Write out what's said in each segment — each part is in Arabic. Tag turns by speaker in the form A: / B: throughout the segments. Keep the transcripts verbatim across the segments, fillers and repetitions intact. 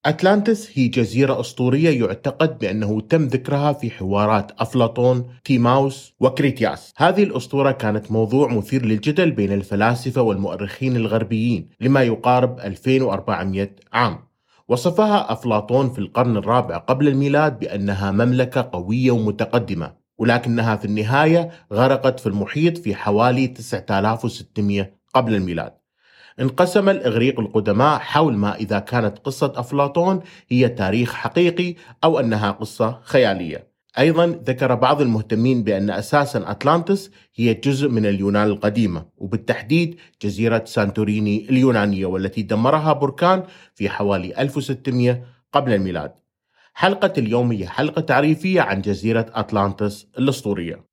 A: أتلانتس هي جزيرة أسطورية يعتقد بأنه تم ذكرها في حوارات أفلاطون، تيماوس وكريتياس. هذه الأسطورة كانت موضوع مثير للجدل بين الفلاسفة والمؤرخين الغربيين لما يقارب ألفين وأربعمئة عام. وصفها أفلاطون في القرن الرابع قبل الميلاد بأنها مملكة قوية ومتقدمة، ولكنها في النهاية غرقت في المحيط في حوالي تسعة آلاف وستمئة قبل الميلاد. انقسم الإغريق القدماء حول ما إذا كانت قصة أفلاطون هي تاريخ حقيقي أو أنها قصة خيالية. أيضا ذكر بعض المهتمين بأن أساسا أتلانتس هي جزء من اليونان القديمة، وبالتحديد جزيرة سانتوريني اليونانية، والتي دمرها بركان في حوالي ألف وستمئة قبل الميلاد. حلقة اليوم هي حلقة تعريفية عن جزيرة أتلانتس الأسطورية.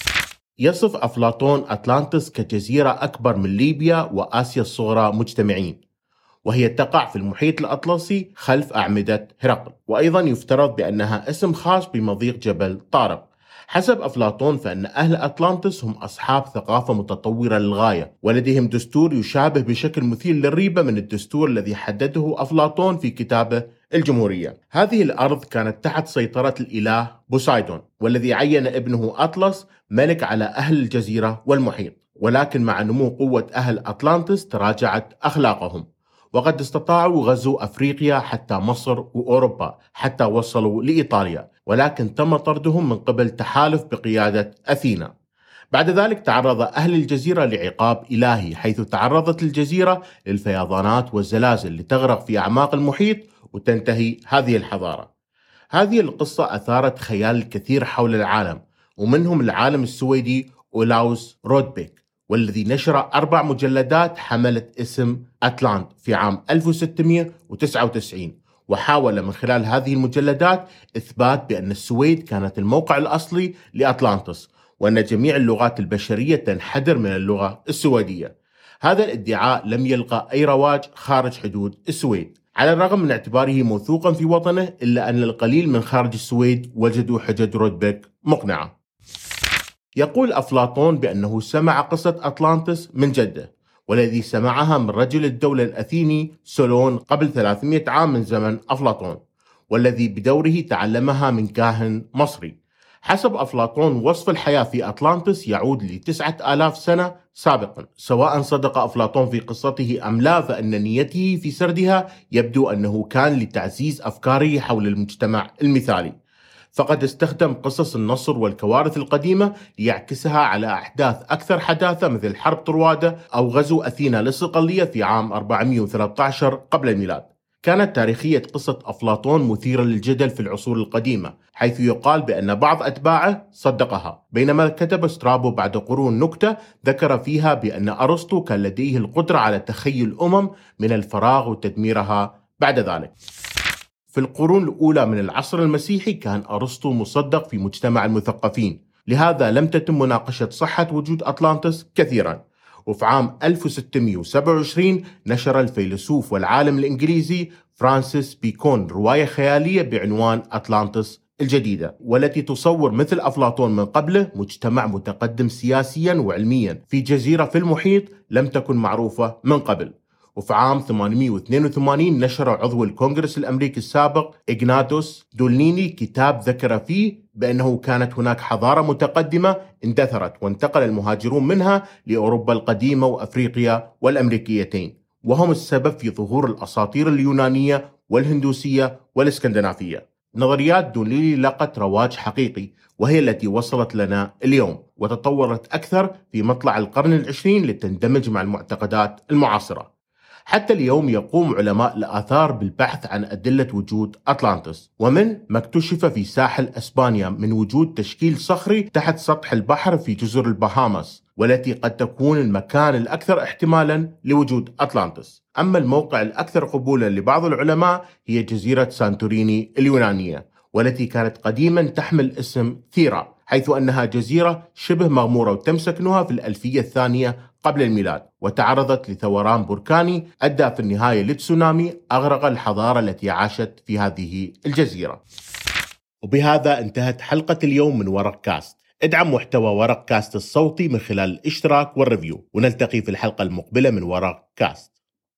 A: يصف أفلاطون أتلانتس كجزيرة أكبر من ليبيا وآسيا الصغرى مجتمعين، وهي تقع في المحيط الأطلسي خلف أعمدة هرقل، وأيضا يفترض بأنها اسم خاص بمضيق جبل طارق. حسب أفلاطون فإن أهل أتلانتس هم أصحاب ثقافة متطورة للغاية، ولديهم دستور يشابه بشكل مثير للريبة من الدستور الذي حدده أفلاطون في كتابه الجمهورية. هذه الأرض كانت تحت سيطرة الإله بوسايدون، والذي عين ابنه أطلس ملك على أهل الجزيرة والمحيط. ولكن مع نمو قوة أهل أتلانتس تراجعت أخلاقهم، وقد استطاعوا غزو أفريقيا حتى مصر وأوروبا حتى وصلوا لإيطاليا، ولكن تم طردهم من قبل تحالف بقيادة أثينا. بعد ذلك تعرض أهل الجزيرة لعقاب إلهي، حيث تعرضت الجزيرة للفيضانات والزلازل لتغرق في أعماق المحيط وتنتهي هذه الحضارة. هذه القصة أثارت خيال الكثير حول العالم، ومنهم العالم السويدي أولاوس رودبيك، والذي نشر أربع مجلدات حملت اسم أتلانت في عام ألف وستمئة وتسعة وتسعين، وحاول من خلال هذه المجلدات إثبات بأن السويد كانت الموقع الأصلي لأتلانتس، وأن جميع اللغات البشرية تنحدر من اللغة السويدية. هذا الادعاء لم يلقى أي رواج خارج حدود السويد، على الرغم من اعتباره موثوقا في وطنه، إلا أن القليل من خارج السويد وجدوا حجج رودبيك مقنعة. يقول أفلاطون بأنه سمع قصة أتلانتس من جده، والذي سمعها من رجل الدولة الأثيني سولون قبل ثلاثمئة عام من زمن أفلاطون، والذي بدوره تعلمها من كاهن مصري. حسب أفلاطون وصف الحياة في أتلانتس يعود لتسعة آلاف سنة سابقا. سواء صدق أفلاطون في قصته أم لا، فإن نيته في سردها يبدو أنه كان لتعزيز أفكاره حول المجتمع المثالي، فقد استخدم قصص النصر والكوارث القديمة ليعكسها على أحداث أكثر حداثة مثل حرب طروادة أو غزو أثينا للصقلية في عام أربعمئة وثلاثة عشر قبل الميلاد. كانت تاريخية قصة أفلاطون مثيرة للجدل في العصور القديمة، حيث يقال بأن بعض أتباعه صدقها، بينما كتب سترابو بعد قرون نكتة ذكر فيها بأن أرسطو كان لديه القدرة على تخيل الأمم من الفراغ وتدميرها بعد ذلك. في القرون الأولى من العصر المسيحي كان أرسطو مصدق في مجتمع المثقفين، لهذا لم تتم مناقشة صحة وجود أتلانتس كثيرا. وفي عام ألف وستمئة وسبعة وعشرين نشر الفيلسوف والعالم الإنجليزي فرانسيس بيكون رواية خيالية بعنوان أتلانتس الجديدة، والتي تصور مثل أفلاطون من قبله مجتمع متقدم سياسيا وعلميا في جزيرة في المحيط لم تكن معروفة من قبل. وفي عام ثمانمئة واثنين وثمانين نشر عضو الكونغرس الأمريكي السابق إغناطوس دولنيني كتاب ذكر فيه بأنه كانت هناك حضارة متقدمة اندثرت، وانتقل المهاجرون منها لأوروبا القديمة وأفريقيا والأمريكيتين، وهم السبب في ظهور الأساطير اليونانية والهندوسية والإسكندنافية. نظريات دوليني لقت رواج حقيقي، وهي التي وصلت لنا اليوم، وتطورت أكثر في مطلع القرن العشرين لتندمج مع المعتقدات المعاصرة. حتى اليوم يقوم علماء الآثار بالبحث عن أدلة وجود أتلانتس، ومن ما اكتشف في ساحل أسبانيا من وجود تشكيل صخري تحت سطح البحر في جزر البهاماس، والتي قد تكون المكان الأكثر احتمالا لوجود أتلانتس. أما الموقع الأكثر قبولا لبعض العلماء هي جزيرة سانتوريني اليونانية، والتي كانت قديما تحمل اسم ثيرا، حيث أنها جزيرة شبه مغمورة وتم سكنها في الألفية الثانية قبل الميلاد، وتعرضت لثوران بركاني أدى في النهاية لتسونامي أغرق الحضارة التي عاشت في هذه الجزيرة. وبهذا انتهت حلقة اليوم من ورق كاست. ادعم محتوى ورق كاست الصوتي من خلال الاشتراك والريفيو، ونلتقي في الحلقة المقبلة من ورق كاست.